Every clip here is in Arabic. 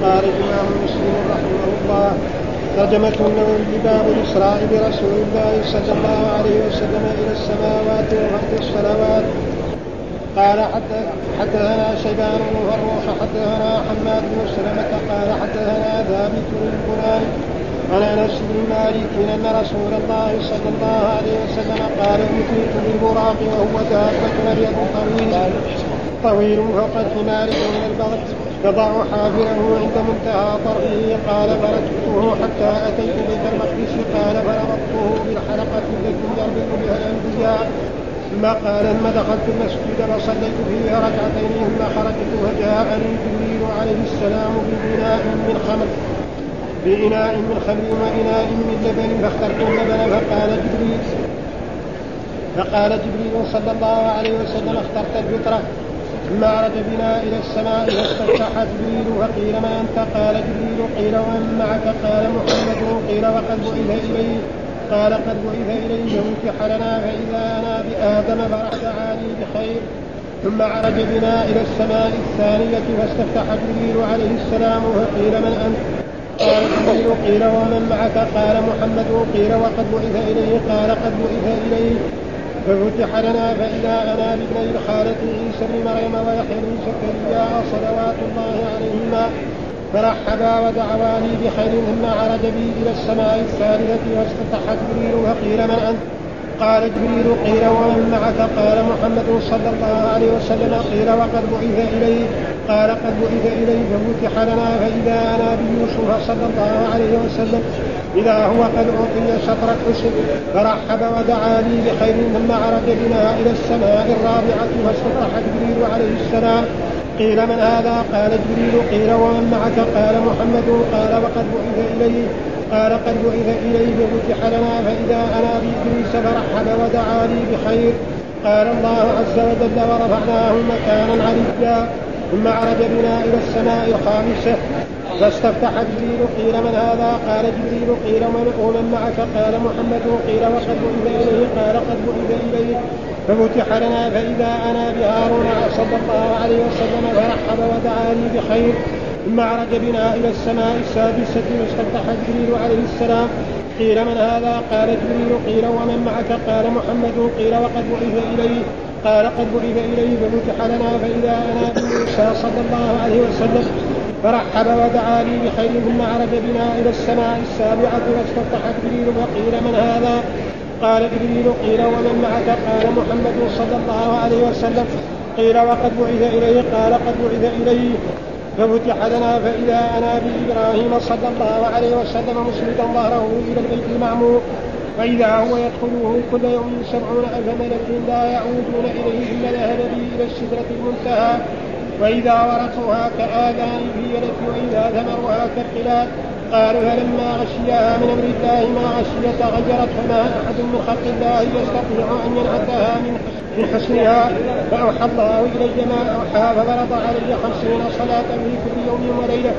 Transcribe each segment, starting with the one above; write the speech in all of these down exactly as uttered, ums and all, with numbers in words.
قال الإمام مسلم رحمه الله: ترجمة النووي باب الإسراء برسول الله صلى الله عليه وسلم إلى السماوات وفرض الصلوات. قال حدثنا شيبان بن فروخ حدثنا حماد بن سلمة قال حدثنا ثابت بن البناني عن أنس بن مالك أن رسول الله صلى الله عليه وسلم قال: أتيت بالبراق وهو دابة أبيض طويل طويل فوق الحمار من البغل يضع حافره عند منتهى طرفه. قال: فركبته حتى أتيت بيت المقدس. قال: فربطته بالحلقة التي يربط بها الأنبياء. ثم قال: ثم دخلت المسجد فصليت فيه ركعتين ثم خرجت فجاءني جبريل عليه السلام بإناء من خمر بإناء من خمر وإناء من لبن فاخترت اللبن. فقال جبريل فقال جبريل صلى الله عليه وسلم: اخترت الفطرة. ثم عرج بنا إلى السماء فاستفتح جبريل فقيل: ما أنت؟ قال جبريل: قيل: ومن معك؟ قال: محمد. قيل: وقد بعث إليه؟ قال: قد بعث إليه ففتح لنا فإذا أنا بآدم فرجعاني بخير. ثم عرج بنا إلى السماء الثانية فاستفتح جبريل عليه السلام فقيل: من أنت؟ قال جبريل: قيل: ومن معك؟ قال: محمد. قيل: وقد بعث إليه؟ قال: قد بعث إليه. ففتح لنا فإذا أنا بابني خالة عيسى بن مريم ويحيى بن زكريا صلوات الله عليهما فرحبا ودعواني بخير. ثم عرج بي إلى السماء الثالثة واستفتح جبريل فقيل: من أنت؟ قال جبريل: قيل: ومن معك؟ قال: محمد صلى الله عليه وسلم. قيل: وقد بعث إليه؟ قال: قد بعث إليه. ففتح لنا فإذا أنا بيوسف صلى الله عليه وسلم إذا هو قد أعطي شطر الحسن فرحب ودعا لي بخير. ثم عرج بنا إلى السماء الرابعة فاستفتح جبريل عليه السلام. قيل: من هذا؟ قال جبريل: قيل: ومن معك؟ قال: محمد. قال: وقد بعث إليه؟ قال: قد بعث إليه. ففتح لنا فإذا أنا بإدريس فرحب ودعا لي بخير. قال الله عز وجل: ورفعناه مكانا عليا. ثم عرج بنا إلى السماء الخامسة فاستفتح جبريل. قيل: من هذا؟ قال جبريل: قيل: ومن معك؟ قال: محمد. قيل: وقد بعث إليه؟ قال: قد بعث إليه. ففتح لنا فإذا أنا بهارون صلى الله عليه وسلم فرحب ودعا لي بخير. ثم عرج بنا إلى السماء السادسة فاستفتح جبريل عليه السلام. قيل: من هذا؟ قال جبريل: قيل: ومن معك؟ قال: محمد. قيل: وقد بعث إليه؟ قال: قد بعث إليه. ففتح لنا فإذا أنا بموسى صلى الله عليه وسلم فرحب ودعا لي بخير. ثم عرج بنا إلى السماء السابعة فاستفتح جبريل فقيل: من هذا؟ قال جبريل: قيل: ومن معك؟ قال: محمد صلى الله عليه وسلم. قيل: وقد بعث إليه؟ قال: قد بعث إليه. ففتح لنا فإذا أنا بإبراهيم صلى الله عليه وسلم مسندا ظهره إلى البيت المعمور فإذا هو يدخله كل يوم سبعون ألف ملك لا يعودون إليه إلا ذهب به إلى السدرة المنتهى وإذا ورقها كآذان الفيلة وإذا ثمرها كالقلاد. قالوا: فلما غشيها من أمر الله ما غشي تغيرت فما أحد من خلق الله يستطيع أن ينعتها من حسنها. فأوحى الله إلي ما أوحى ففرض علي خمسين صلاة في كل يوم وليلة.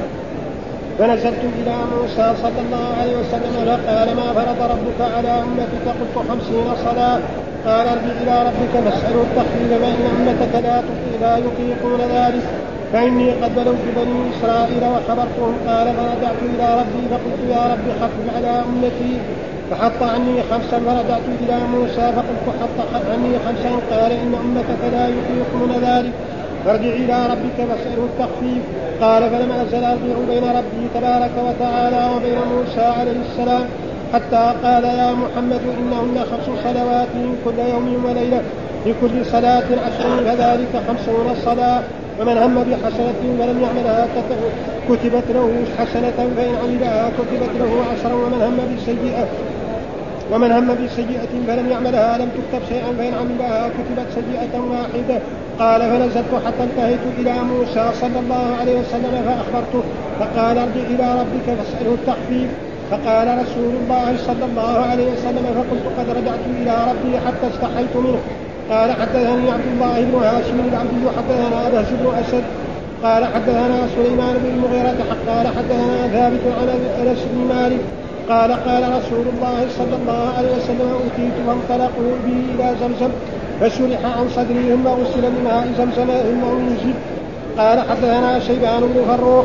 فنزلت إلى موسى صلى الله عليه وسلم فقال: ما فرض ربك على أمتك؟ قلت: خمسين صلاة. قال: ارجع إلى ربك فاسأله التخفيف فإن أمتك لا يطيقون ذلك فإني قد بلوت بني إسرائيل وخبرتهم. قال: فرجعت إلى ربي فقلت: يا رب خفف على أمتي. فحط عني خمسا. فرجعت إلى موسى فقلت: حط عني خمسا. قال: إن أمتك لا يطيقون ذلك فارجع إلى ربك فاسأله التخفيف. قال: فلم أزل أرجع بين ربي تبارك وتعالى وبين موسى عليه السلام حتى قال: يا محمد إنهن خمس صلوات كل يوم وليلة لكل صلاة عشر فذلك خمسون صلاة. ومن هم بحسنة فلم يعملها كتبت له حسنة فإن عملها كتبت له عشرا. ومن هم بسيئة ومن هم بسيئة فلم يعملها لم تكتب شيئا فإن عملها كتبت سيئة واحدة. قال: فنزلت حتى انتهيت إلى موسى صلى الله عليه وسلم فأخبرته فقال: ارجع إلى ربك فاسأله التخفيف. فقال رسول الله صلى الله عليه وسلم: فقلت: قد رجعت إلى ربي حتى استحيت منه. قال: حدثني عبد الله بن هاشم العبدي حدثنا بهز بن أسد قال: حدثنا سليمان بن المغيرة قال: حدثنا ثابت عن أنس بن مالك قال: قال رسول الله صلى الله عليه وسلم: أوتيت فانطلقوا بي إلى زمزم فشرح عن صدري ثم غسل بماء زمزم ثم أنزل. قال: حدثنا شيبان بن فروخ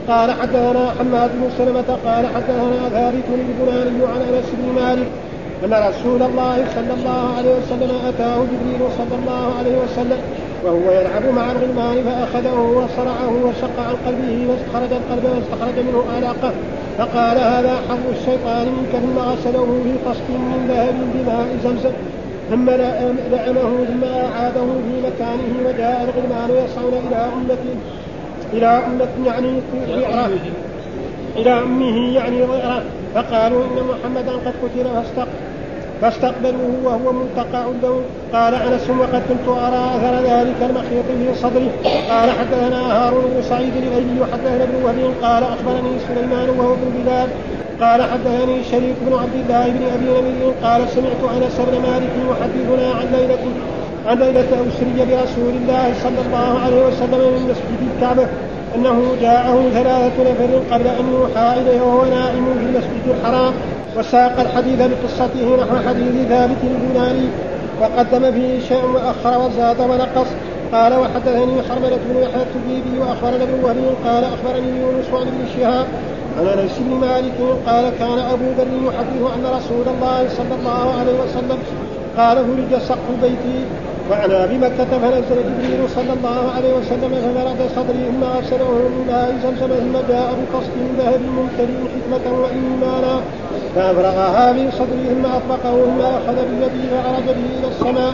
قال حدثنا حماد بن سلمة قال حدثنا ثابت البناني عن أنس بن مالك أن رسول الله صلى الله عليه وسلم أتاه جبريل صلى الله عليه وسلم وهو يلعب مع الغلمان فأخذه وصرعه وشق عن قلبه واستخرج القلب واستخرج منه آلاقه فقال هذا حظ الشيطان منك ثم غسله في طست من ذهب بماء زمزم ثم لعنه ثم أعاده في مكانه وجاء الغلمان يسعون إلى أمته إلى أمة يعني ضعرة إلى أمه يعني ضعرة فقالوا إن محمدا قد قتل فاستق فاستقبلوه وهو ملتقع له. قال أنس وقد كنت أرى أثر ذلك المخيط في صدره. قال حدثنا هارون بن سعيد الأيلي وحدثنا ابن وهب قال أخبرني سليمان وهو بن بلال قال حدثني شريك بن عبد الله بن أبي نمير قال سمعت أنس بن مالك يحدثنا عن ليلة عن ليلة أسري برسول الله صلى الله عليه وسلم من مسجد الكعبة أنه جاءه ثلاثة نفر قبل أن يوحى إليه وهو نائم في المسجد الحرام وساق الحديث بقصته نحو حديث ثابت البناني وقدم فيه شيء وأخر وزاد ونقص. قال وحدثني حرملة بن يحيى التجيبي وأخبرنا ابن وهب قال أخبرني يونس عن ابن شهاب عن أنس بن مالك قال كان أبو ذر يحدث أن رسول الله صلى الله عليه وسلم قال فرج سقف بيتي وأنا بمكة فنزل جبريل صلى الله عليه وسلم فمرض صدري ثم أرسله من ماء زمزم ثم جاء بقصد ذهب ممتلئ حكمة وإيمانا فأفرغها في صدري ثم أطبقه ثم أخذ بيدي فعرج به إلى السماء.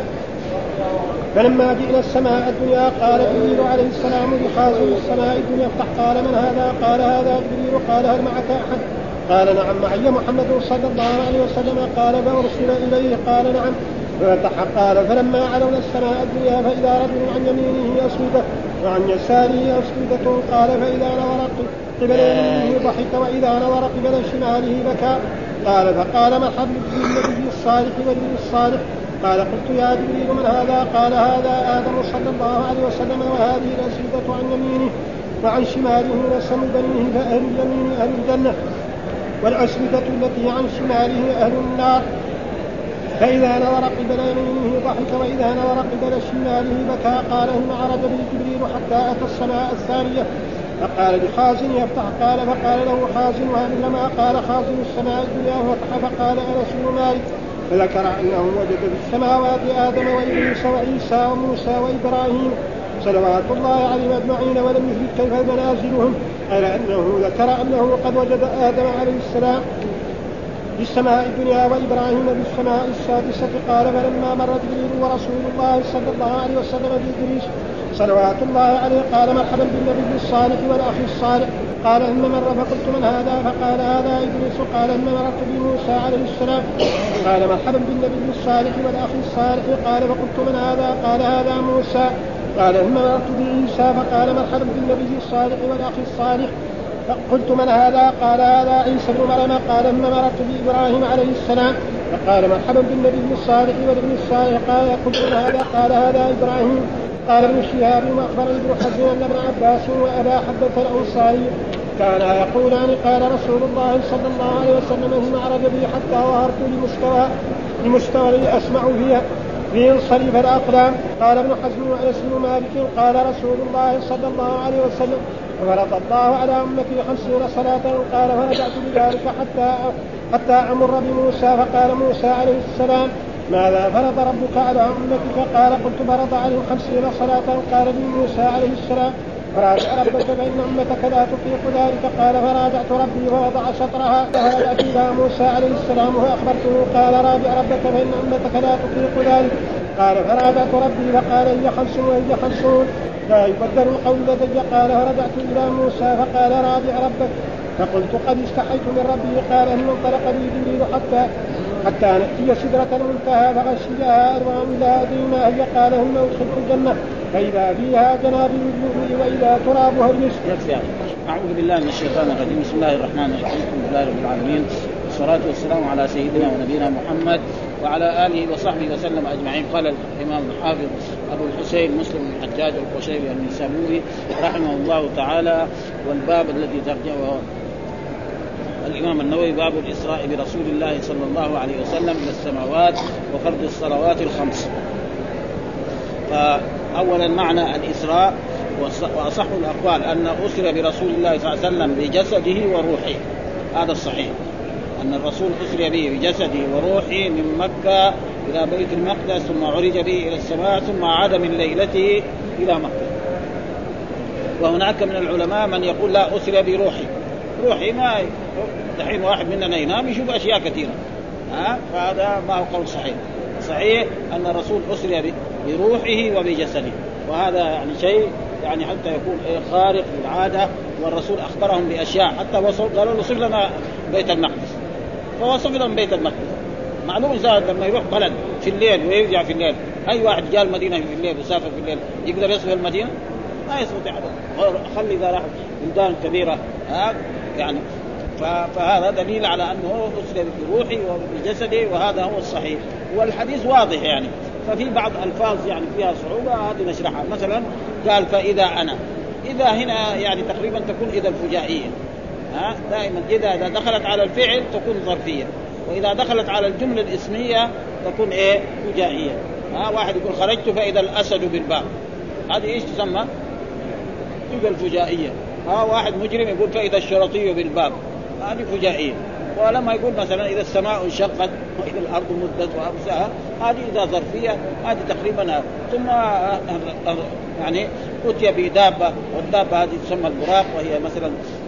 فلما جئنا السماء الدنيا قال جبريل عليه السلام بخازن السماء الدنيا افتح. قال من هذا؟ قال هذا جبريل. قال هل معك أحد؟ قال نعم معي محمد صلى الله عليه وسلم. قال فأرسل إليه؟ قال نعم. ففتح. قال فلما علونا السماء الدنيا فإذا رجل عن يمينه أسودة وعن يساره أسودة. قال فإذا نظر قبل يمينه ضحك وإذا نظر قبل شماله بكى. قال فقال مرحبا بالنبي الصالح والنبي الصالح. قال قلت يا جبريل من هذا؟ قال هذا آدم صلى الله عليه وسلم وهذه الأسودة عن يمينه وعن شماله نسم بنيه فأهل اليمين أهل الجنة والأسودة التي عن شماله أهل النار. فإذا نظر قبل يمينه ضحك وإذا نظر قبل شماله بكى. قال ثم عرج به جبريل حتى أتى السماء الثانية فقال لخازن يفتح. قال فقال له خازن وهذا ما قال خازن السماء الدنيا فتح. فقال أنس بن مالك فذكر أنه وجد في السماوات آدم وإدريس وعيسى وموسى وإبراهيم صلوات الله عليهم أجمعين ولم يثبت كيف منازلهم على أنه ذكر أنه قد وجد آدم عليه السلام في السماء الدنيا وإبراهيم في السماء السادسة. قال فلما مر جبريل ورسول الله صلى الله عليه وسلم بإدريس صلوات الله عليه قال مرحبا بالنبي الصالح والأخ الصالح. قال إن مر فقلت من هذا؟ فقال هذا إدريس. قال إن مررت بموسى عليه السلام. قال مرحبا بالنبي الصالح والأخ الصالح. قال فقلت من هذا؟ قال هذا موسى. قال إن مررت بعيسى. فقال مرحبا بالنبي الصالح والأخ الصالح. فقلت من هذا؟ قال هذا عيسى بن مريم. قال إن مررت بإبراهيم عليه السلام. فقال مرحبا بالنبي الصالح والابن الصالح. قال قلت من هذا؟ قال هذا إبراهيم. قال ابن شهاب وأخبرني ابن حزم أن ابن عباس وأبا حدث الأنصاري كانا يقولان قال رسول الله صلى الله عليه وسلم ثم عرج بي حتى ظهرت لمستوى لمستوى أسمع فيها في انصرف الأقلام. قال ابن حزم وأنس بن مالك قال رسول الله صلى الله عليه وسلم فرض الله على أمتي خمسين صلاة. قال فرجعت بذلك حتى حتى أمر بموسى. فقال موسى عليه السلام ماذا فرض ربك على أمتك؟ قال قلت فرض عليهم خمسين صلاة. قال لي موسى عليه السلام فراجع ربك فإن أمتك لا تطيق ذلك. قال فراجعت ربي ووضع شطرها. فهذا فيها موسى عليه السلام فأخبرته. قال راجع ربك فإن أمتك لا تطيق ذلك. قال فراجعت ربي فقال هي خمس وهي خمسون لا يبدل القول لدي. قال فرجعت إلى موسى فقال راجع ربك. فقلت قد استحيت من ربي. قال إن انطلق بي جبريل حتى حتى نأتي سدرة المنتهى فغشيها أرواح لا أدري ما هي. قال هم أدخلت الجنة فإذا فيها جنابي اللؤلؤ وإذا ترابها المسك. أعوذ بالله من الشيطان الرجيم. بسم الله الرحمن الرحيم. الحمد لله رب العالمين والصلاة والسلام على سيدنا ونبينا محمد وعلى آله وصحبه وسلم أجمعين. قال الإمام الحافظ أبو الحسين مسلم بن الحجاج القشيري النسابوري رحمه الله تعالى. والباب الذي ترجعه الإمام النووي باب الإسراء برسول الله صلى الله عليه وسلم إلى السماوات وفرض الصلوات الخمس. فأولا معنى الإسراء وأصح الأقوال أن أسر برسول الله صلى الله عليه وسلم بجسده وروحه، هذا الصحيح، أن الرسول أسر به بجسده وروحه من مكة إلى بيت المقدس ثم عرج به إلى السماء ثم عاد من ليلته إلى مكة. وهناك من العلماء من يقول لا، أسر بروحي، روحي ما دحين واحد مننا ينام يشوف أشياء كثيرة، ها؟ فهذا ما هو قول صحيح. صحيح أن الرسول أسر بروحه وبجسده، وهذا يعني شيء يعني حتى يكون خارق للعادة. والرسول أخبرهم بأشياء، حتى وصف قالوا وصف لنا بيت المقدس، فوصف لهم بيت المقدس. معلوم إنسان لما يروح بلد في الليل ويرجع في الليل، أي واحد جاء المدينة في الليل وسافر في الليل يقدر يصف المدينة؟ ما يستطيع. خلي إذا راح بلدان كبيرة ها يعني. فهذا دليل على أنه أسر بروحه وبجسده، وهذا هو الصحيح، والحديث واضح يعني. ففي بعض ألفاظ يعني فيها صعوبة، هذه نشرحها. مثلا قال فإذا أنا، إذا هنا يعني تقريبا تكون إذا الفجائية، ها دائما إذا إذا دخلت على الفعل تكون ظرفية، وإذا دخلت على الجملة الاسمية تكون إيه فجائية. ها واحد يقول خرجت فإذا الأسد بالباب، هذه إيش تسمى؟ إذا الفجائية. ها واحد مجرم يقول فإذا الشرطي بالباب، هذه فجائية. ولما يقول مثلا إذا السماء انشقت وإذا الأرض مدت وأبسها، هذه إذا ظرفية، هذه تقريبا. ثم يعني أتي بدابة، والدابة هذه تسمى البراق، وهي مثلا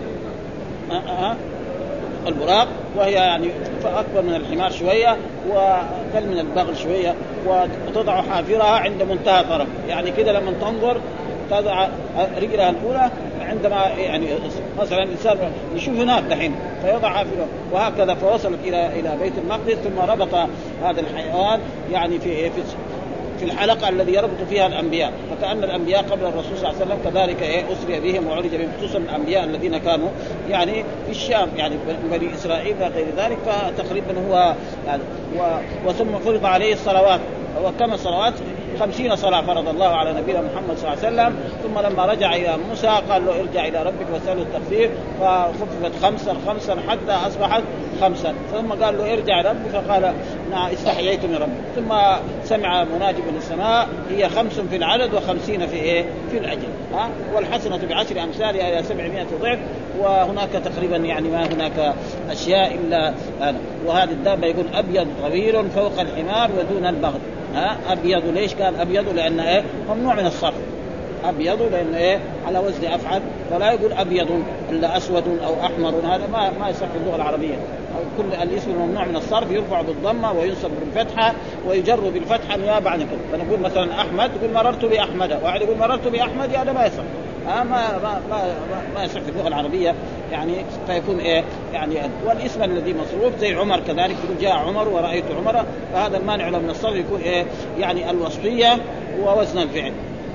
البراق، وهي يعني أكبر من الحمار شوية وأقل من البغل شوية، وتضع حافرها عند منتهى طرف، يعني كده لما تنظر تضع رجلها الأولى عندما يعني مثلا الإنسان يشوف هناك دحين فيضع حافره، وهكذا. فوصلت إلى إلى بيت المقدس، ثم ربط هذا الحيوان يعني في في في الحلقة الذي يربط فيها الأنبياء، فكأن الأنبياء قبل الرسول صلى الله عليه وسلم كذلك أسري بهم وعرج بهم، خصوصا الأنبياء الذين كانوا يعني في الشام، يعني بني إسرائيل وغير ذلك. فتقريبا هو يعني وثم فرض عليه الصلوات، وكم صلوات؟ خمسين صلاة فرض الله على نبينا محمد صلى الله عليه وسلم. ثم لما رجع إلى موسى قال له ارجع إلى ربك واسأله التخفيف، فخففت خمسا خمسا حتى أصبحت خمسا. ثم قال له ارجع إلى ربك، فقال نعم استحييت من ربي. ثم سمع مناجم من السماء هي خمس في العدد وخمسين في إيه في الأجل، ها والحسنة بعشر أمثالها إلى سبعمائة ضعف. وهناك تقريبا يعني ما هناك أشياء إلا هذا. وهذه الدابة يقول أبيض طويل فوق الحمار ودون البغل. ها أبيض، ليش كان أبيض؟ لأن إيه ممنوع من الصرف، أبيض لأن إيه على وزن أفعل، فلا يقول أبيض إلا أسود أو أحمر، هذا ما ما يصح في اللغة العربية. كل الاسم الممنوع من الصرف يرفع بالضمة وينصب بالفتحة ويجر بالفتحة نيابة عن كده. فنقول مثلا أحمد يقول مررت بأحمد، واحد يقول مررت بأحمد، هذا ما يصح، ما ما ما ما, ما يصح في اللغة العربية يعني. فيكون إيه يعني. والاسم الذي مصروف زي عمر كذلك، يقول جاء عمر ورأيت عمر، فهذا المانع له من الصرف يكون إيه يعني الوصفية ووزن الفعل.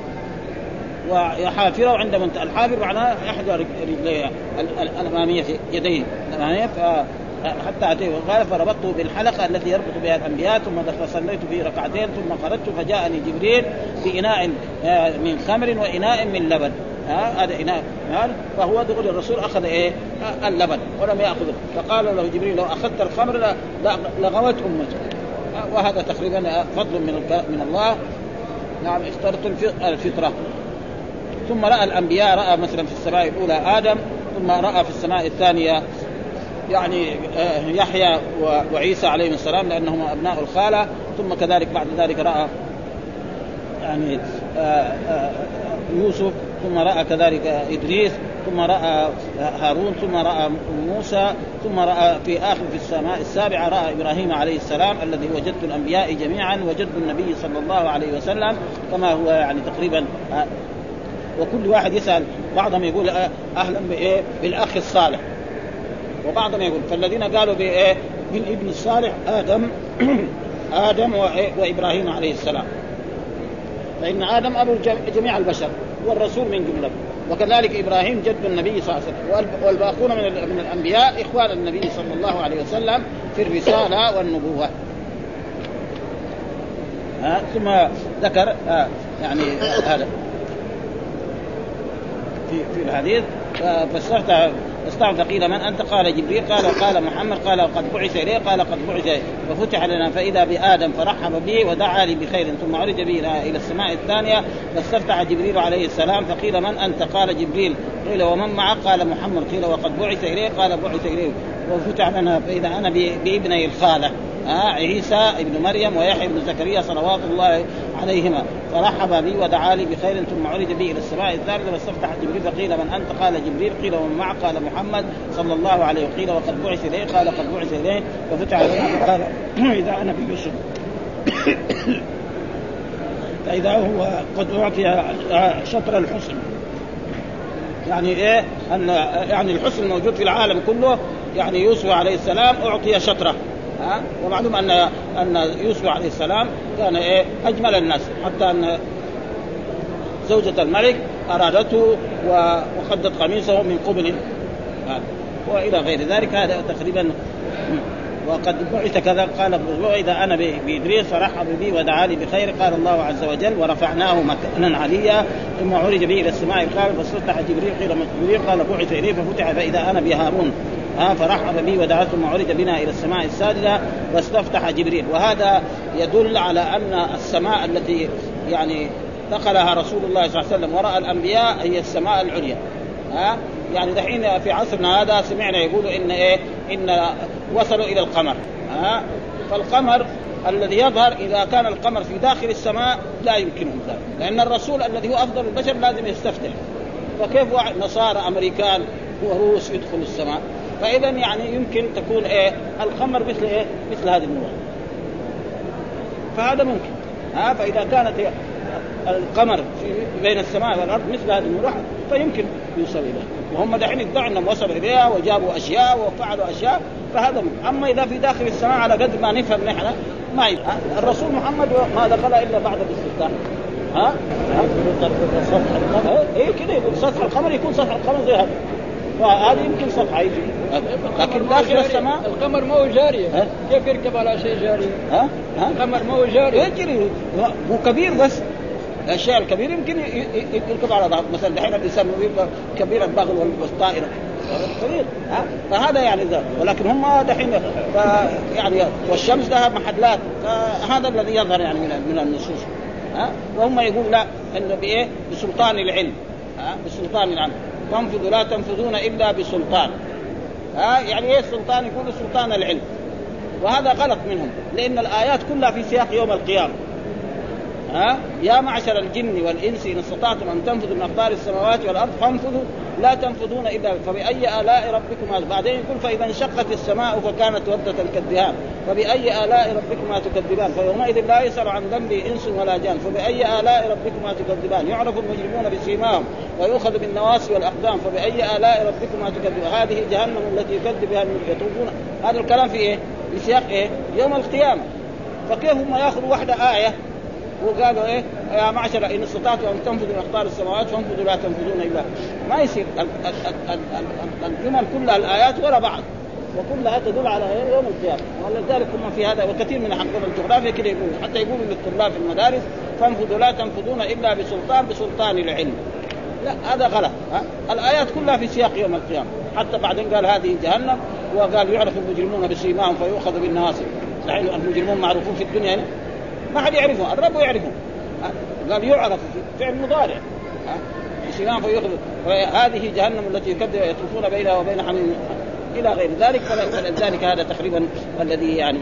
وحافرة عند منتهى الحافر معناه إحدى رجليه الأمامية في يديه الأمامية، حتى أتيه وقال فربطته بالحلقة التي يربط بها الأنبياء، ثم دخل صليت في ركعتين ثم خرجت فجاءني جبريل بإناء من خمر وإناء من لبن. هذا إناء، فهو دخل الرسول أخذ إيه اللبن ولم يأخذه، فقال له جبريل لو أخذت الخمر لغوت أمتك. وهذا تقريبا فضل من من الله. نعم اخترت الفطرة. ثم رأى الأنبياء، رأى مثلا في السماء الأولى آدم، ثم رأى في السماء الثانية يعني يحيى وعيسى عليهم السلام لأنهم أبناء الخالة. ثم كذلك بعد ذلك رأى يعني يوسف، ثم رأى كذلك إدريس، ثم رأى هارون، ثم رأى موسى، ثم رأى في آخر في السماء السابعة رأى إبراهيم عليه السلام الذي وجد الأنبياء جميعا وجد النبي صلى الله عليه وسلم كما هو يعني تقريبا. وكل واحد يسأل، بعضهم يقول أهلا بإيه بالأخ الصالح، وبعضهم يقول فالذين قالوا بإيه بالابن الصالح آدم آدم وإبراهيم عليه السلام، فإن آدم أبو جميع البشر والرسول من جملة، وكذلك إبراهيم جد النبي صلى الله عليه وسلم، والباقون من من الأنبياء إخوان النبي صلى الله عليه وسلم في الرسالة والنبوة. ها ثم ذكر آه يعني هذا في في الحديث فاستفتح استفتح فقيل من أنت؟ قال جبريل. قال قال محمد. قال قد بعث إليه. قال قد بعث إليه. ففتح لنا فإذا بآدم فرحب به ودعا لي بخير ثم عرج به إلى السماء الثانية فاستفتح جبريل عليه السلام فقيل من أنت؟ قال جبريل. قيل ومن معك؟ قال محمد. قيل وقد بعث إليه؟ قال بعث إليه. وفتح لنا فإذا أنا بابني الخالة آه عيسى ابن مريم ويحيى ابن زكريا صلوات الله عليهما فرحب بي ودعا لي بخير ثم عرج بي إلى السماء الثالثة فاستفتح جبريل فقيل من أنت؟ قال جبريل. قيل ومن معك؟ قال محمد صلى الله عليه وسلم. قيل وقد بعث إليه؟ قال قد بعث إليه. ففتح لنا فقال إذا أنا بيوسف فإذا هو قد أعطي شطر الحسن يعني إيه أن يعني الحسن الموجود في العالم كله يعني يوسف عليه السلام أعطي شطره. ها ومعلوم أن أن يوسف عليه السلام كان إيه أجمل الناس حتى أن زوجة الملك أرادته وخدت قميصه من قبل وإلى غير ذلك. هذا تقريبا وقد بعث كذا. قال وإذا أنا بإدريس فرحب بي ودعا لي بخير. قال الله عز وجل ورفعناه مكانا عليا ثم عرج به إلى السماء القابل فاستفتح جبريل. قيل من جبريل؟ قال بعث إليه. ففتح فإذا أنا بهارون ها فرحب بي ودعا ثم عرج بنا إلى السماء السادسة واستفتح جبريل. وهذا يدل على أن السماء التي يعني دخلها رسول الله صلى الله عليه وسلم وراء الأنبياء هي السماء العليا. ها يعني دحين في عصرنا هذا سمعنا يقولوا إن إيه إن وصلوا إلى القمر. ها فالقمر الذي يظهر إذا كان القمر في داخل السماء لا يمكنهم ذلك لأن الرسول الذي هو أفضل البشر لازم يستفتح. فكيف واحد نصارى أمريكان وروس يدخلوا السماء؟ فإذا يعني يمكن تكون إيه القمر مثل إيه مثل هذه النور. فهذا ممكن. ها فإذا كانت القمر في بين السماء والأرض مثل هذه النور فيمكن يوصل إليه. وهم دحين يدعوا أنهم وصلوا إليها وجابوا أشياء وفعلوا أشياء فهذا ممكن. أما إذا في داخل السماء على قدر ما نفهم نحن ما يبقى. الرسول محمد ما دخل إلا بعد الاستفتاح. ها سطح القمر إيه كده يقول سطح القمر يكون سطح القمر زي هذا وهذا يمكن سطح يجي لكن داخل السماء القمر ما هو جاري. كيف يركب على شيء جاري؟ ها ها القمر ما هو جاري يجري هو كبير بس الشيء الكبير يمكن يركب على ظهر مثلا دحين الإنسان كبير البغل والطائرة كبير. ها فهذا يعني ذا ولكن هم دحين يعني والشمس لها محلات فهذا الذي يظهر يعني من من النصوص. ها وهم يقول لا إنه بإيه بسلطان العلم. ها بسلطان العلم تنفذوا لا تنفذون إلا بسلطان. ها يعني إيه السلطان؟ يقول سلطان العلم. وهذا غلط منهم لأن الآيات كلها في سياق يوم القيامة. ها يا معشر الجن والإنس إن استطعتم أن تنفذوا من أقطار السماوات والأرض فانفذوا لا تنفذون إلا فبأي آلاء ربكما. بعدين يقول فإذا انشقت السماء فكانت وردة كالدهان فبأي آلاء ربكما تكذبان فيومئذ لا يسأل عن ذنبه إنس ولا جان فبأي آلاء ربكما تكذبان يعرف المجرمون بسيماهم ويؤخذ بالنواصي والأقدام فبأي آلاء ربكما تكذبان هذه جهنم التي يكذب بها يطوفون. هذا الكلام في إيه في سياق إيه يوم القيامة. فكيف هم يأخذوا واحدة آية وقالوا إيه يا معشر إن استطعتم أن تنفذوا من أقطار السماوات فانفذوا لا تنفذون إلا ما يصير. الجمل كلها الآيات ولا بعض وكلها تدل على يوم القيامة. ولذلك هم في هذا وكثير من حقوق الجغرافيا كده يقولوا حتى يقولوا للطلاب في المدارس فانفذوا لا تنفذون إلا بسلطان بسلطان العلم. لا هذا غلط. ها؟ الآيات كلها في سياق يوم القيامة. حتى بعدين قال هذه جهنم وقال يعرف المجرمون بسيماهم فيؤخذ بالنواصي. نحن المجرمون معروفون في الدنيا هنا ما حد يعرفهم الرب يعرفهم. قال يعرف فعل مضارع بسيماهم فيؤخذ هذه جهنم التي يكذب يطوفون بينها وبين حميم إلى غير ذلك. فلذلك هذا تقريبا الذي يعني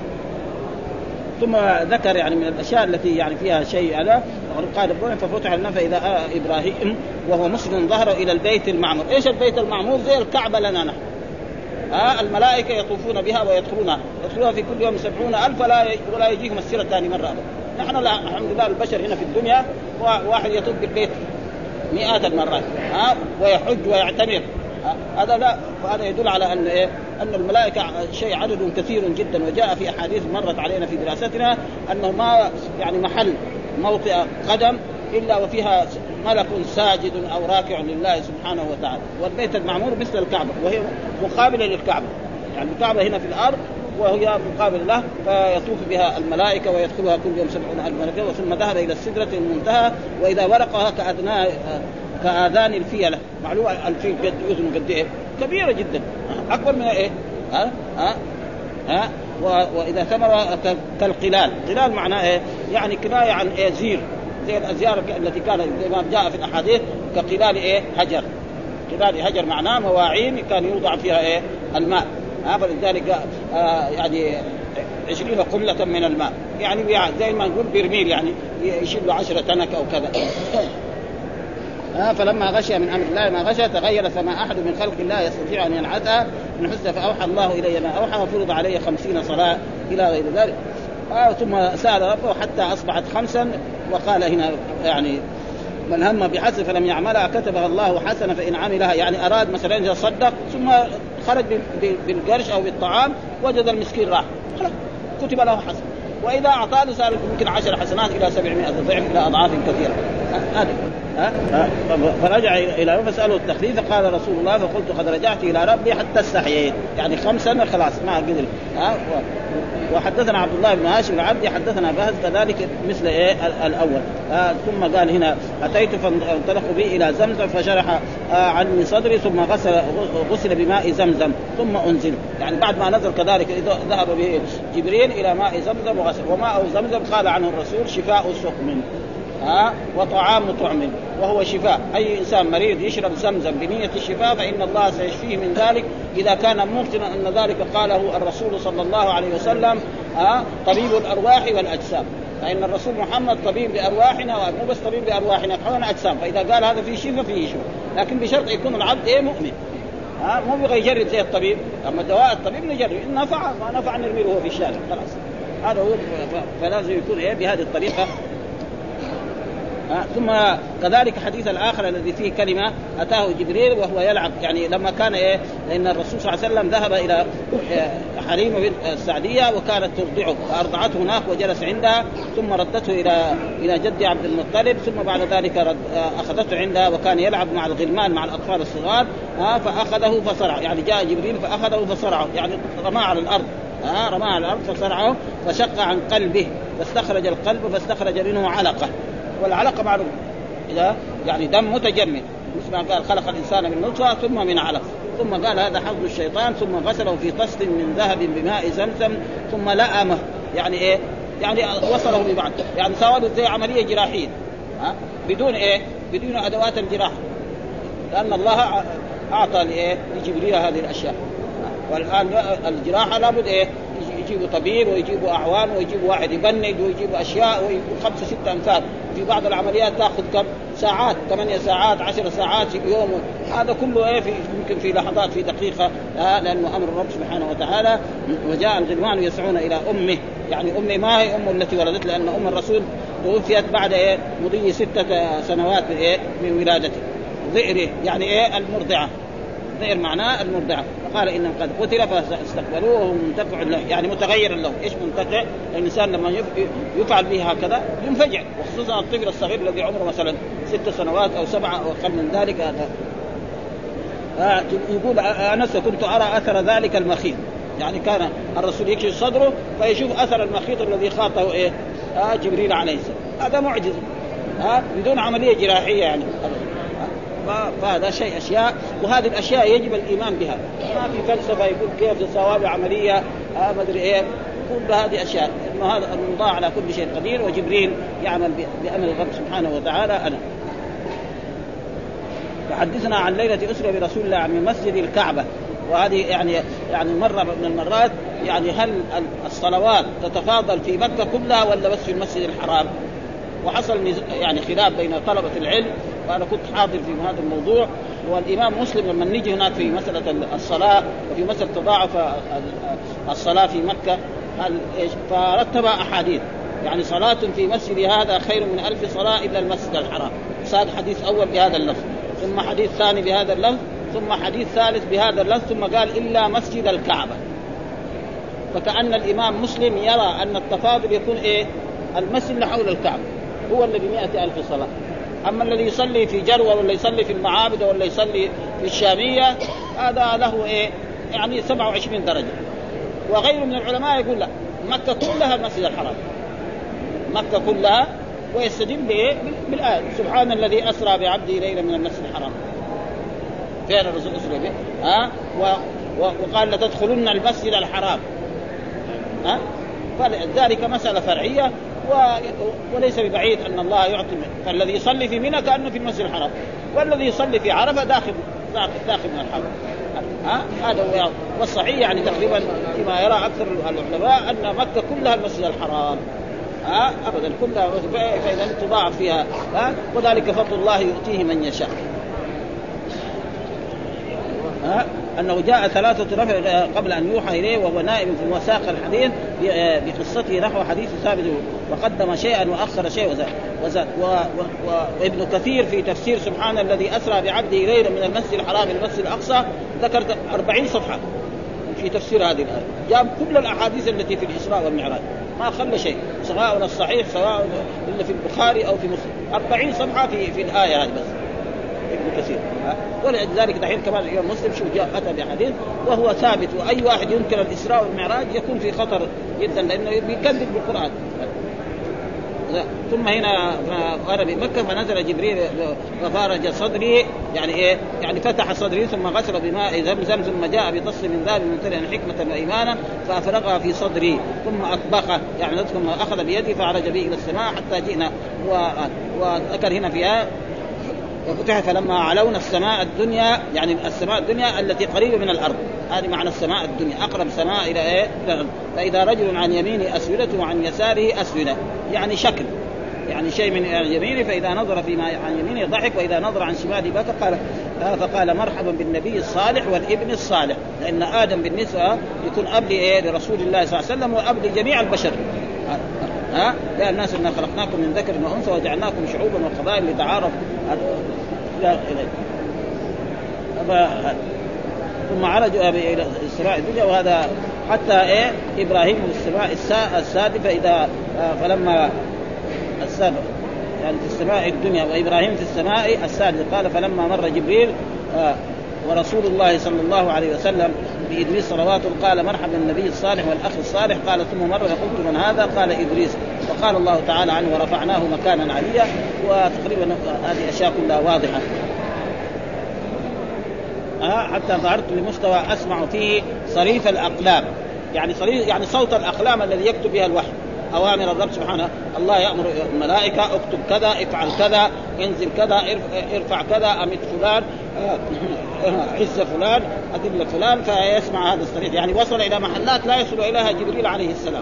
ثم ذكر يعني من الأشياء التي يعني فيها شيء على قال ففتح لنا فإذا إبراهيم وهو مسلم ظهر إلى البيت المعمور. إيش البيت المعمور؟ زي الكعبة لنا نحن. آه الملائكة يطوفون بها ويدخلونها يدخلونها في كل يوم سبعون ألف ولا ولا يجيهم السيرة ثاني مرة. نحن الحمد لله البشر هنا في الدنيا واحد يطوف بالبيت مئات المرات آه ويحج ويعتمر. هذا لا فهذا يدل على أن إيه أن الملائكة شيء عدد كثير جدا. وجاء في أحاديث مرت علينا في دراستنا أنه ما يعني محل موطئ قدم إلا وفيها ملك ساجد أو راكع لله سبحانه وتعالى. والبيت المعمور مثل الكعبة وهي مقابلة للكعبة يعني الكعبة هنا في الأرض وهي مقابل له فيطوف بها الملائكة ويدخلها كل يوم سبعون ألف ملكة. ثم ذهب إلى السدرة المنتهى وإذا ورقها كأدناه كآذان الفيلة. معلومة الفيل قد أذنه قد إيه كبيرة جدا أكبر من إيه ها ها ها وإذا ثمر كالقلال. قلال معناه إيه يعني كناية عن إيه زير زي الأزيار التي كان ما جاء في الأحاديث كقلال إيه هجر. قلال هجر معناه مواعين كان يوضع فيها إيه الماء. فلذلك آه يعني عشرين قلة من الماء يعني زي ما نقول برميل يعني يشيل له عشرة تنك أو كذا. آه فلما غشي من أمر الله ما غشى تغير فما أحد من خلق الله يستطيع أن ينعتها من حسن فأوحى الله إلي ما أوحى وفرض عليه خمسين صلاة إلى غير ذلك. آه ثم سأل ربه حتى أصبحت خمسا. وقال هنا يعني من هم بحسن فلم يعملها كتبها الله حسنة فإن عملها يعني أراد مثلا يصدق ثم خرج بالقرش أو بالطعام وجد المسكين راح كتب له حسن. وإذا أعطاه سأل يمكن عشر حسنات إلى سبعمائة ضعف إلى أضعاف كثيرة. هذا ها فرجع إلى ربه فسأله التخفيف فقال رسول الله فقلت قد رجعت إلى ربي حتى استحييت يعني خمسا خلاص ما قدر. ها وحدثنا عبد الله بن هاشم العبدي حدثنا بهز كذلك مثل إيه الأول. آه ثم قال هنا أتيت فانطلقوا بي إلى زمزم فشرح آه عني صدري ثم غسل غسل بماء زمزم ثم أنزل يعني بعد ما نزل كذلك ذهب به جبريل إلى ماء زمزم وغسل. وماء زمزم قال عنه الرسول شفاء سقم ها وطعام طعم وهو شفاء. أي إنسان مريض يشرب زمزم بنية الشفاء فإن الله سيشفيه من ذلك إذا كان ممكنا أن ذلك قاله الرسول صلى الله عليه وسلم ها طبيب الأرواح والأجسام. فإن الرسول محمد طبيب لأرواحنا ومو بس طبيب لأرواحنا كمان أجسام. فإذا قال هذا فيه شفاء فيه شفاء لكن بشرط يكون العبد إيه مؤمن. ها مو بغى يجرب زي الطبيب. أما دواء الطبيب نجرب إن نفع ما نفع نرميه في الشارع خلاص. هذا هو فلازم يكون إيه بهذه الطريقة. ثم كذلك حديث الآخر الذي فيه كلمة أتاه جبريل وهو يلعب يعني لما كان إيه لأن الرسول صلى الله عليه وسلم ذهب إلى حليمة بنت السعدية وكانت ترضعه فأرضعته هناك وجلس عندها ثم ردته إلى إلى جد عبد المطلب ثم بعد ذلك أخذته عندها وكان يلعب مع الغلمان مع الأطفال الصغار فأخذه فصرعه يعني جاء جبريل فأخذه فصرعه يعني رماه على الأرض ها رماه على الأرض فصرعه فشق عن قلبه فاستخرج القلب فاستخرج منه علقة. والعلقة معروف إذا يعني دم متجمد مثل ما قال خلق الإنسان من نطفة ثم من علق ثم قال هذا حظ الشيطان ثم غسله في طست من ذهب بماء زمزم ثم لأمه يعني إيه يعني وصله ببعض يعني سواد زي عملية جراحية ها بدون إيه بدون أدوات الجراحة لأن الله أعطى لإيه لجبريل هذه الأشياء. والآن الجراحة لابد إيه يجيبوا طبيب ويجيبوا أعوان ويجيبوا واحد يبند ويجيبوا أشياء ويجيبوا خمسة ستة أمثال. في بعض العمليات تأخذ كم ساعات ثمانية ساعات عشر ساعات في يوم. هذا كله إيه في ممكن في لحظات في دقيقة آه لأنه أمر الرب سبحانه وتعالى. وجاء الغلمان يسعون إلى أمه يعني أمه ما هي أمه التي ولدت لأن أم الرسول توفيت بعد إيه مضي ستة سنوات من إيه من ولادته. ذئره يعني إيه المرضعة ذئر معناه المرضعة. فقال إنهم قد قتل فاستقبلوه منتفع له يعني متغير له. إيش منتفع؟ الإنسان لما يفعل به هكذا ينفجع وخصوصا الطفل الصغير الذي عمره مثلا ست سنوات أو سبعة أو أقل من ذلك. هذا آه يقول أنا كنت أرى أثر ذلك المخيط يعني كان الرسول يكشف صدره فيشوف أثر المخيط الذي خاطه إيه آه جبريل عليه السلام. هذا معجزة آه بدون عملية جراحية يعني. فهذا شيء أشياء وهذه الأشياء يجب الإيمان بها. ما في فلسفة يقول كيف تصاوب عملية آه ما أدري إيه كل هذه أشياء إنه هذا الله على كل شيء قدير وجبريل يعمل بأمر الرب سبحانه وتعالى. أنا فحدثنا عن ليلة أسرى برسول الله من مسجد الكعبة. وهذه يعني يعني مرة من المرات يعني هل الصلوات تتفاضل في مكة كلها ولا بس في المسجد الحرام؟ وحصل يعني خلاف بين طلبة العلم وأنا كنت حاضر في هذا الموضوع. والإمام مسلم لما نيجي هناك في مسألة الصلاة وفي مسألة تضاعف الصلاة في مكة فرتب أحاديث يعني صلاة في مسجد هذا خير من ألف صلاة إلا المسجد الحرام. صار حديث أول بهذا اللفظ ثم حديث ثاني بهذا اللفظ ثم حديث ثالث بهذا اللفظ ثم قال إلا مسجد الكعبة. فكأن الإمام مسلم يرى أن التفاضل يكون إيه المسجد اللي حول الكعبة هو اللي بمئة ألف صلاة. أما الذي يصلي في جروة ولا يصلي في المعابد ولا يصلي في الشامية هذا له إيه يعني سبعة وعشرين درجة. وغير من العلماء يقول لا مكة كلها المسجد الحرام. مكة كلها ويستدل بايه؟ بالايه سبحان الذي اسرى بعبده ليلا من المسجد الحرام. فين الرسول اسرى به؟ ها أه؟ وقال لتدخلن المسجد الحرام. ها أه؟ فذلك مساله فرعيه و... وليس ببعيد ان الله يعطي. فالذي يصلي في منى كانه في المسجد الحرام، والذي يصلي في عرفه داخل داخل من الحرم. ها هذا هو والصحيح يعني تقريبا فيما يرى اكثر العلماء ان مكه كلها المسجد الحرام. ها ابدا كلها، فاذا تضاعف فيها. ها وذلك فضل الله يؤتيه من يشاء. ها أنه جاء ثلاثة رفع قبل أن يوحى إليه وهو نائم في وساق الحديث بقصته نحو حديث ثابت، وقدم شيئا وأخر شيء وزاد, وزاد و و وابن كثير في تفسير سبحان الذي أسرى بعبده ليلا من المسجد الحرام إلى المسجد الأقصى ذكر أربعين صفحة في تفسير هذه الآية، جاب كل الأحاديث التي في الإسراء والمعراج ما خلى شيء، سواء الصحيح سواء إلا في البخاري أو في مسلم، أربعين صفحة في في الآية هذه بس ابن كثير. ولذلك دحين كمان اليوم مسلم شو جاء أتى بحديث وهو ثابت، وأي واحد ينكر الإسراء والمعراج يكون في خطر جدا لأنه بيكذب بالقرآن. ثم هنا وأنا بمكة فنزل جبريل ففارج صدري، يعني إيه؟ يعني فتح صدري ثم غسل بماء زمزم ثم جاء بطص من ذهب ممتلئا حكمة وإيمانا فأفرغها في صدري ثم أطبقه، يعني ثم أخذ بيدي فعرج به إلى السماء حتى جئنا. وذكر هنا فيها وفتح فلما علونا السماء الدنيا، يعني السماء الدنيا التي قريبة من الأرض، هذه معنى السماء الدنيا أقرب سماء إلى إيه؟ فإذا رجل عن يمينه أسودة وعن يساره أسودة، يعني شكل يعني شيء من يمينه، فإذا نظر فيما عن يمينه ضحك وإذا نظر عن شماله بكى. قال فقال مرحبا بالنبي الصالح والابن الصالح، لأن آدم بالنسبة يكون أب لرسول الله صلى الله عليه وسلم وأب لجميع البشر. ها يا الناس إنا خلقناكم من ذكر وأنثى وجعلناكم شعوبا وقبائل لتعارفوا. ثم عرجوا إلى السماء الدنيا، وهذا حتى إيه إبراهيم في السماء السادسة فإذا فلما السابع يعني في السماء الدنيا وإبراهيم في السماء السادسة. قال فلما مر جبريل ورسول الله صلى الله عليه وسلم بإدريس صلوات قال مرحبا النبي الصالح والأخ الصالح. قال ثم مر فقلت من هذا؟ قال إدريس. وقال الله تعالى عنه ورفعناه مكانا عليا. وتقريبا هذه أشياء كلها واضحة. أه حتى ظهرت لمستوى أسمع فيه صريف الأقلام، يعني صريف يعني صوت الأقلام الذي يكتب بها الوحي، أوامر الرب سبحانه. الله يأمر الملائكة اكتب كذا افعل كذا انزل كذا ارفع كذا أمت فلان عز فلان أذل فلان، فيسمع هذا الصريف. يعني وصل إلى محلات لا يصل إليها جبريل عليه السلام.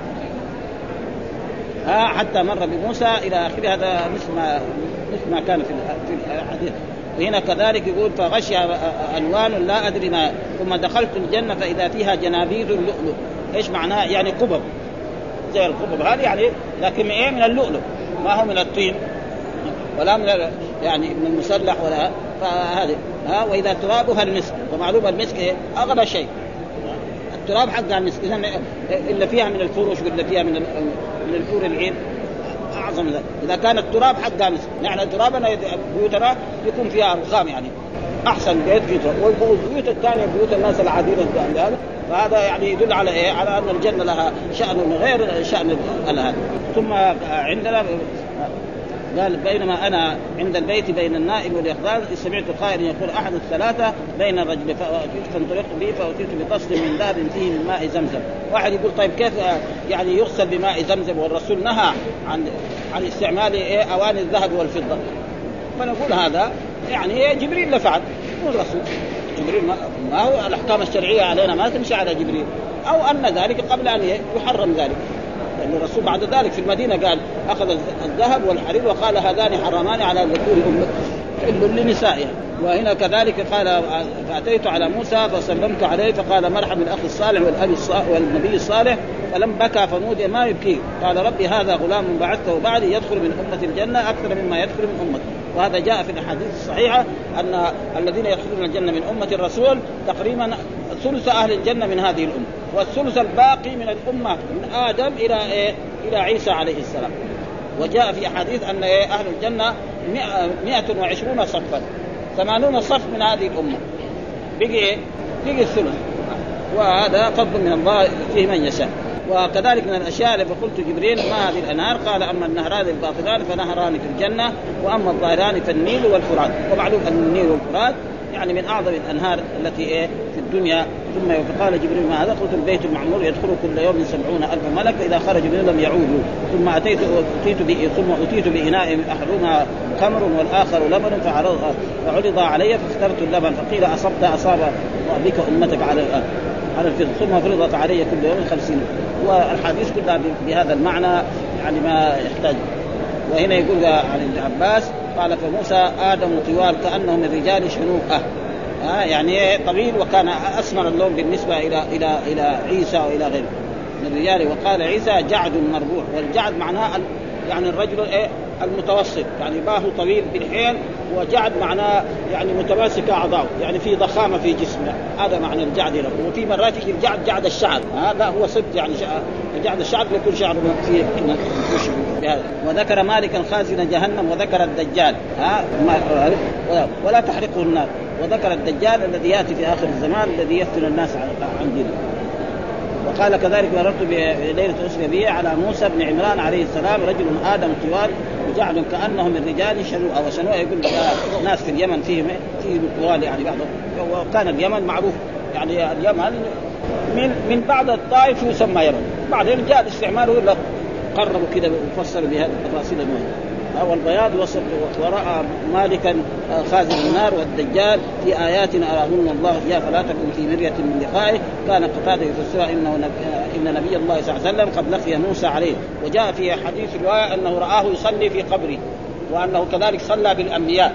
ها حتى مر بموسى إلى آخر. هذا مثل ما مثل ما كان في الحديث. وهنا كذلك يقول فغشي ألوان لا أدري ما، ثم دخلت الجنة فإذا فيها جنابيذ اللؤلؤ. إيش معناه؟ يعني قبب زي القبب هذه، يعني لكن إيه من اللؤلؤ، ما هو من الطين ولا من يعني من المسلح ولا فهذه. ها وإذا ترابها المسك، ومعلومة المسك إيه؟ أغلى شيء التراب حقها المسك، إلا فيها من الفروش ولا فيها من من الفور العين أعظم ذلك. إذا كان التراب حقها مسك، يعني ترابنا بيوتنا يكون فيها رخام، يعني أحسن بيت فيه تراب. والبيوت الثانية بيوت الناس العادية هذا، فهذا يعني يدل على إيه؟ على أن الجنة لها شأن غير شأن هذا. ثم عندنا قال بينما أنا عند البيت بين النائم واليقظان سمعت قائلا يقول أحد الثلاثة بين الرجل فانطلقت به فأتيت بقصد من ذهب فيه من ماء زمزم. واحد يقول طيب كيف يعني يغسل بماء زمزم والرسول نهى عن عن استعمال إيه أواني الذهب والفضة؟ فنقول هذا يعني جبريل لفعل مو الرسول. جبريل ما هو الأحكام الشرعية علينا ما تمشي على جبريل، أو أن ذلك قبل أن يحرم ذلك، لأن الرسول بعد ذلك في المدينة قال أخذ الذهب والحرير وقال هذان حرمان على ذكور أمة لنسائها. وهنا كذلك قال فأتيت على موسى فسلمت عليه فقال مرحبا بالأخ الصالح والأبي والنبي الصالح، فلم بكى فنودي ما يبكي. قال ربي هذا غلام بعثته بعدي يدخل من أمة الجنة أكثر مما يدخل من أمة. وهذا جاء في الأحاديث الصحيحة أن الذين يدخلون الجنة من أمة الرسول تقريبا ثلث أهل الجنة من هذه الأمة، والثلث الباقي من الأمة من آدم إلى إيه؟ إلى عيسى عليه السلام. وجاء في أحاديث أن إيه؟ أهل الجنة مئة وعشرون صفا، ثمانون صف من هذه الأمة بقي إيه؟ بقي الثلث. وهذا فضل من الله فيه من يشاء. وكذلك من الأشياء اللي فقلت جبريل ما هذه الأنهار؟ قال أما النهران الباطنان فنهران في الجنة، وأما الظاهران فالنيل والفرات. ومعلوم أن النيل والفرات يعني من أعظم الأنهار التي إيه في الدنيا. ثم قال جبريل ما هذا؟ قلت البيت المعمور يدخل كل يوم سبعون ألف ملك، إذا خرج منه لم يعودوا. ثم أتيت أتيت به ثم أتيت بإناء أحدهما خمر والآخر لبن فعرض فعرض علي فاخترت اللبن، فقيل أصبت أصاب بك أمتك على على الفضل، ثم فرضت علي كل يوم خمسين. والحديث كلها بهذا المعنى يعني ما يحتاج. وهنا يقول عن ابن عباس قال فموسى آدم طوال كأنه من رجال شنوءة، آه يعني طويل وكان أسمر اللون بالنسبة إلى إلى إلى عيسى وإلى غيره من الرجال. وقال عيسى جعد مربوع، والجعد معناه يعني الرجل إيه المتوسط، يعني باهو طويل بالحيل، وجعد معناه يعني متماسك أعضاء، يعني في ضخامة في جسمه، هذا معنى الجعد له. وفي مرات يجي الجعد جعد الشعر، هذا هو صدق يعني جعد الشعر يكون شعر فيه بهذا. وذكر مالكا خازن جهنم، وذكر الدجال ها ولا تحرقه النار، وذكر الدجال الذي يأتي في آخر الزمان الذي يفتن الناس عن دينه. وقال كذلك مررت بليلة أسري به على موسى بن عمران عليه السلام رجل آدم طوال وجعل كأنه من رجال شنوءة. وشنوءة يقول ناس في اليمن فيهم فيه طوال يعني بعضهم، وكان اليمن معروف يعني اليمن من من بعد الطائف يسمى يمن، بعدين جاء الاستعمار ولا قربوا كده وفسروا بهذه التفاصيل المهمة. والبياض وصف ورأى مالكا خازن النار والدجال في آيات أراهن الله إياه فلا تكن في مرية من لقائه. كان قتادة يفسر إنه إن نبي الله صلى الله عليه وسلم قد لقي موسى عليه. وجاء في حديث رواية أنه رآه يصلي في قبره، وأنه كذلك صلى بالأنبياء،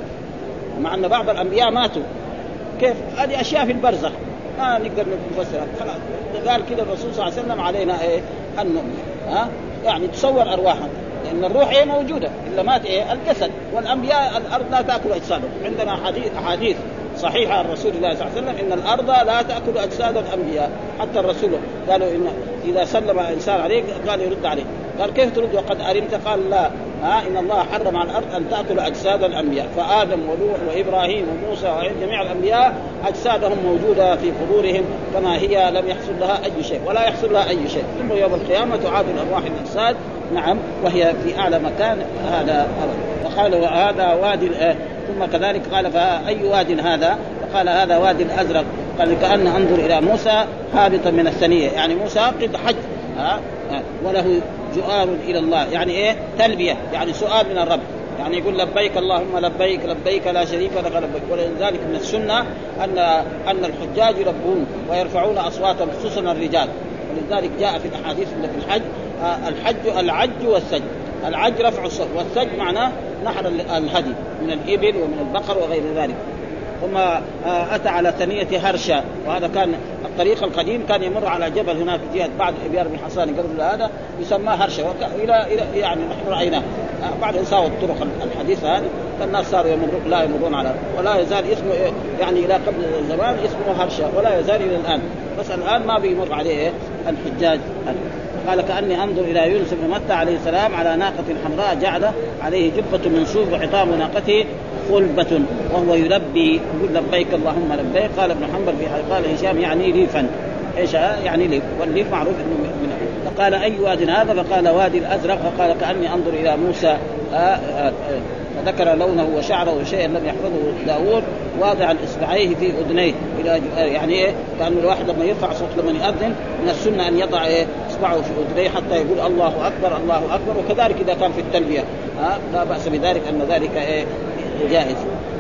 مع أن بعض الأنبياء ماتوا. كيف هذه أشياء في البرزخ ما نقدر نفسرها. قال كده الرسول صلى الله عليه وسلم علينا إيه أن نؤمن، ها يعني تصور أرواحهم، لأن الروح إيه موجودة إلا مات إيه الجسد. والأنبياء الأرض لا تأكل أجسادهم. عندنا حديث أحاديث صحيحة عن رسول الله صلى الله عليه وسلم إن الأرض لا تأكل أجساد الأنبياء. حتى الرسول قالوا إن إذا سلم إنسان عليك قال يرد عليه، قال كيف ترد وقد أرمت؟ قال لا، ها إن الله حرم على الأرض أن تأكل أجساد الأنبياء. فآدم ونوح وإبراهيم وموسى وجميع الأنبياء أجسادهم موجودة في قبورهم كما هي، لم يحصل لها أي شيء ولا يحصل لها أي شيء. ثم يوم القيامة تعاد الأرواح الأجساد، نعم، وهي في أعلى مكان. هذا وقال وهذا وادي. ثم كذلك قال فأي واد هذا؟ فقال هذا وادي الأزرق. قال كأن أنظر إلى موسى هابطا من الثنية، يعني موسى قد حج ها وله جؤار إلى الله، يعني إيه تلبية، يعني سؤال من الرب، يعني يقول لبيك اللهم لبيك لبيك لا شريك لك لبيك. ولذلك من السنة أن أن الحجاج يلبون ويرفعون أصواتهم خصوصا الرجال. ولذلك جاء في الأحاديث في الحج الحج العج والسج. العج رفع الصوت، والسج معناه نحر الهدي من الإبل ومن البقر وغير ذلك. ثم أتى على ثنية هرشة، وهذا كان الطريق القديم، كان يمر على جبل هناك في جهة بعد إبيار بن حصان قبل هذا يسمى هرشة، إلى إلى يعني نحن رأيناه بعد إن ساووا الطرق الحديثة هذه فالناس صاروا يمرون لا يمرون على، ولا يزال اسمه يعني إلى قبل زمان اسمه هرشة، ولا يزال إلى الآن، بس الآن ما بيمر عليه الحجاج. قال كأني أنظر إلى يونس بن متى عليه السلام على ناقة حمراء جعد عليه جبة من صوف وحطام ناقته خلبة وهو يلبي يقول لبيك اللهم لبيك. قال ابن حنبل في قال هشام يعني ليفا، ايش يعني ليف، والليف معروف انه من. فقال اي واد هذا؟ فقال وادي الازرق. فقال كأني انظر الى موسى آآ آآ فذكر لونه وشعره شيئا لم يحفظه داود واضعا اصبعيه في اذنيه الى يعني ايه، كأنه الواحد لما يرفع صوت لما يؤذن من السنه ان يضع إيه اصبعه في اذنيه حتى يقول الله اكبر الله اكبر. وكذلك اذا كان في التلبيه ها لا باس بذلك، ان ذلك ايه جائز.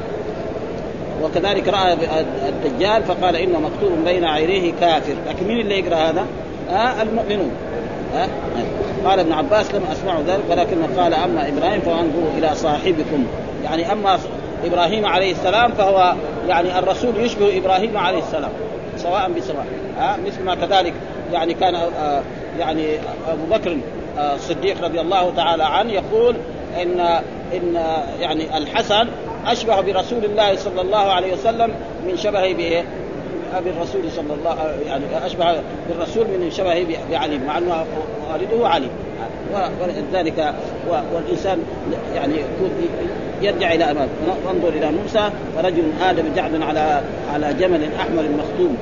وكذلك رأى الدجال فقال إنه مكتوب بين عينيه كافر. لكن مين اللي يقرأ هذا؟ آه المؤمنون. آه. قال ابن عباس لم أسمع ذلك، ولكن قال أما إبراهيم فانظروا إلى صاحبكم، يعني أما إبراهيم عليه السلام فهو يعني الرسول يشبه إبراهيم عليه السلام سواء بسواء. آه. مثل ما كذلك يعني كان آه يعني أبو بكر الصديق رضي الله تعالى عنه يقول إن إن يعني الحسن أشبه برسول الله صلى الله عليه وسلم من شبهه بأبي الرسول صلى الله يعني أشبه بالرسول من شبهه بعلي، مع أنه والده علي. ولذلك والإنسان يعني يرجع إلى أمام. وانظر إلى موسى فرجل آدم جعد على على جمل أحمر مختوم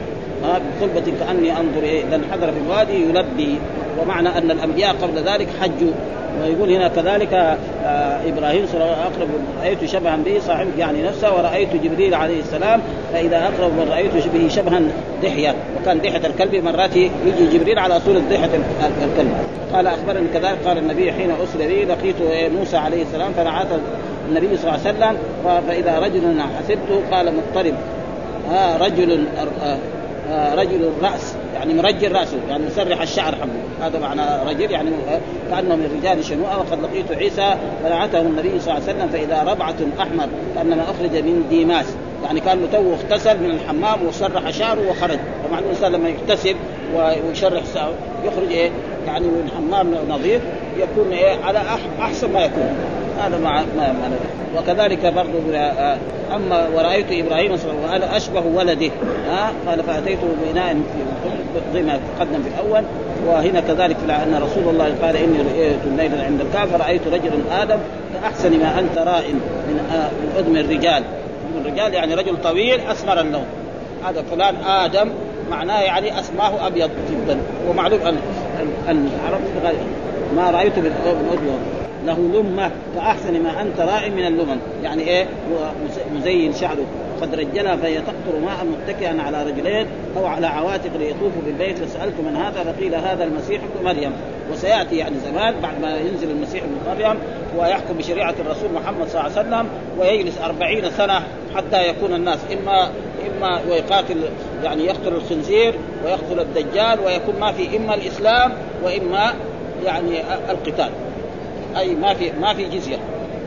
بقلبة كأني أنظر إيه إذا انحدر في الوادي يلبي. ومعنى أن الأنبياء قبل ذلك حجوا. ويقول هنا كذلك آه إبراهيم صلى الله عليه وسلم أقرب رأيت شبها به صاحب يعني نفسه، ورأيت جبريل عليه السلام فإذا أقرب من رأيت به شبها دحية، وكان دحية الكلب مرات يجي جبريل على صورة دحية الكلب. قال أخبرني كذلك قال النبي حين أسر بي لقيت موسى عليه السلام فنعت النبي صلى الله عليه وسلم فإذا رجل حسبته قال مضطرب آه رجل آه آه رجل الرأس يعني مرجل رأسه يعني مسرح الشعر حقه، هذا معنى رجل يعني كأنه من رجال شنوءة. وقد لقيت عيسى فنعته النبي صلى الله عليه وسلم فإذا ربعة أحمر كأنما أخرج من ديماس، يعني كان تو اغتسل من الحمام وسرح شعره وخرج. ومعنى الإنسان لما يغتسل ويشرح شعره يخرج إيه يعني من الحمام نظيف يكون إيه على أحسن ما يكون. هذا مع ما معنى. وكذلك برضو أما ورأيت إبراهيم صلى الله عليه وسلم أشبه ولده ها قال فأتيته بإناء زي ما تقدم في الأول. وهنا كذلك أن رسول الله قال إني رأيت الليلة عند الكعبة رأيت رجلا آدم كأحسن ما أنت راء من أدم الرجال. الرجال يعني رجل طويل أسمر اللون، هذا فلان آدم معناه يعني أسماه أبيض جدا. ومعلوم أن العرب ما رأيت من أدم له لمة كأحسن ما أنت راء من اللمن، يعني إيه مزين شعره قد رجلها فهي تقطر ماء متكئا على رجلين أو على عواتق ليطوفوا بالبيت. فسألت من هذا فقيل هذا المسيح ابن مريم. وسيأتي يعني زمان بعد ما ينزل المسيح ابن مريم ويحكم بشريعة الرسول محمد صلى الله عليه وسلم ويجلس أربعين سنة حتى يكون الناس إما إما ويقاتل يعني يقتل الخنزير ويقتل الدجال ويكون ما في إما الإسلام وإما يعني القتال، أي ما في ما في جزية.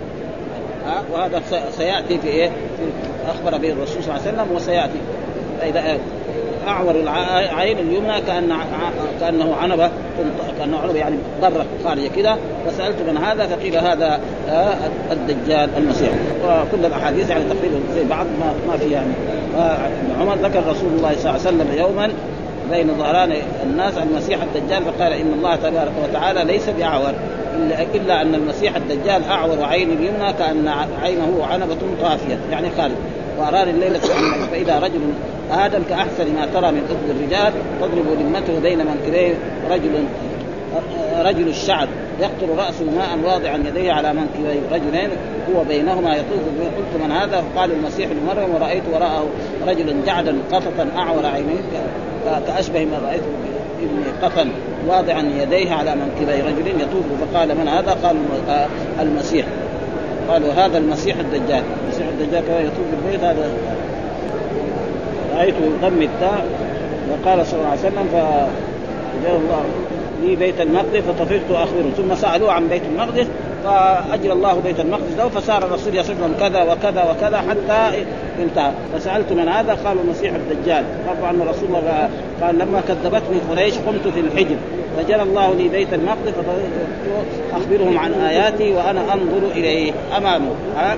ها وهذا سيأتي في إيه أخبر به الرسول صلى الله عليه وسلم. وسيأتي إذا أعور العين اليمنى كأن كأنه عنبة كأنه عنبة يعني ضرة خارجة كده. فسألت من هذا فقيل هذا الدجال المسيح. وكل الأحاديث يعني تقريبا زي بعض ما ما في يعني. عمر ذكر رسول الله صلى الله عليه وسلم يوما بين ظهران الناس المسيح الدجال فقال إن الله تبارك وتعالى ليس بأعور إلا أن المسيح الدجال أعور عين اليمنى كأن عينه عنبة طافية يعني خارج. وأراني الليلة فإذا رجل آدم كأحسن ما ترى من أذن الرجال تضرب لمته بين منكبيه رجل رجل الشعر يقطر رأسه ماء واضعا يديه على منكبيه رجلين هو بينهما يطوف. قلت من هذا فقال المسيح ابن مريم ورأيت وراءه رجلا جعدا قططا أعور عينيه كأشبه ما رأيت ابن قطن واضعا يديه على منكبي رجل يطوف. فقال من هذا؟ قال المسيح. قالوا هذا المسيح الدجال. المسيح الدجال كما يطوف بالبيت هذا رأيته يضم التاء. وقال صلى الله عليه وسلم فجاء الله لي بيت المقدس فطفقت أخبره ثم سألوه عن بيت المقدس فأجرى الله بيت المقدس له فصار الرسول يصف لهم كذا وكذا وكذا حتى انتهى. فسألت من هذا؟ قالوا المسيح الدجال. طبعا رسول الله قال لما كذبتني قريش قمت في الحجر فجرى الله لي بيت المقدس أخبرهم عن آياتي وأنا أنظر إليه أمامه.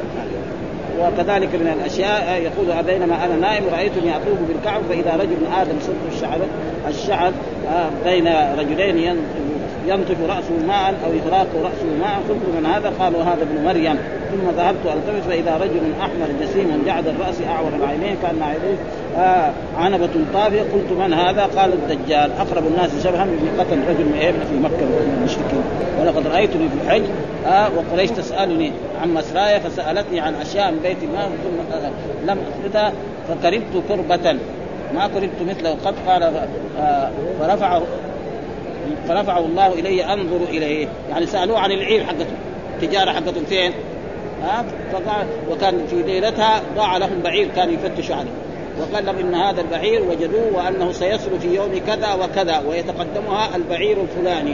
وكذلك من الأشياء يقول بينما أنا نائم رأيتني أطوف بالكعبة فإذا رجل آدم صدق الشعر الشعر بين رجلين ينطف رأسه ماء أو يغراق رأسه ماء. قلت من هذا؟ قالوا هذا ابن مريم. ثم ذهبت ألتمس فإذا رجل أحمر جسيم جعد الرأس أعور العينين كأن عينيه آه عنبة طافية. قلت من هذا؟ قال الدجال. أقرب الناس شبها من قتل رجل من في مكة من المشركين. ولقد رأيتني في الحج آه وقريش تسألني عن مسرايا فسألتني عن أشياء من بيت المال ثم آه لم أثبتها فكربت كربة ما كربت مثله قد. قال آه فرفعه فرفعه الله إلي أنظر إليه يعني سألوه عن العير حقته تجارة حقته فين ها فقال وكان في ليلتها ضاع لهم بعير كان يفتشوا عليه وقال لهم إن هذا البعير وجدوه وأنه سيصل في يوم كذا وكذا ويتقدمها البعير الفلاني.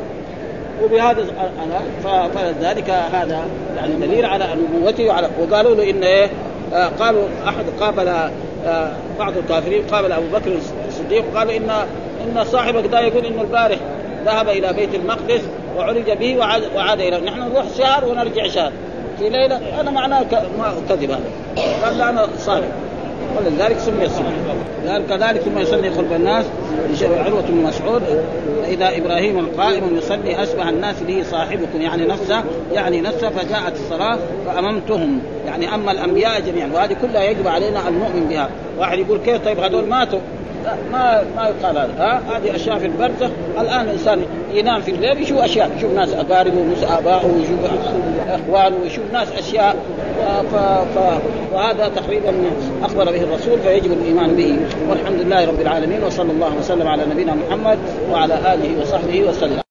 وبهذا فذلك هذا يعني دليل على نبوته وعلى. وقالوا له إن إيه آه قالوا أحد قابل آه بعض الكافرين قابل أبو بكر الصديق قالوا إن إن صاحبك دا يقول إن البارح ذهب إلى بيت المقدس وعرج به وعاد, وعاد إلى نحن نروح شهر ونرجع شهر في ليلة. أنا معناه كذب هذا. قال لا أنا صادق ولذلك سمي الصديق. قال كذلك ثم يصلي قرب الناس عروة بن مسعود فإذا إبراهيم القائم يصلي أشبه الناس به صاحبكم يعني نفسه يعني نفسه. فجاءت الصلاة فأممتهم يعني أما الأنبياء جميعا. وهذه كلها يجب علينا المؤمن بها. واحد يقول كيف طيب هذول ماتوا ما ما يقال هذا. ها هذه اشياء في البرزخ. الان الانسان ينام في الليل يشوف اشياء، يشوف ناس اقاربه ويشوف ابائه ويشوف اخوانه ويشوف ناس اشياء، ف... ف... وهذا تقريبا اخبر به الرسول فيجب الايمان به. والحمد لله رب العالمين، وصلى الله وسلم على نبينا محمد وعلى اله وصحبه وسلم.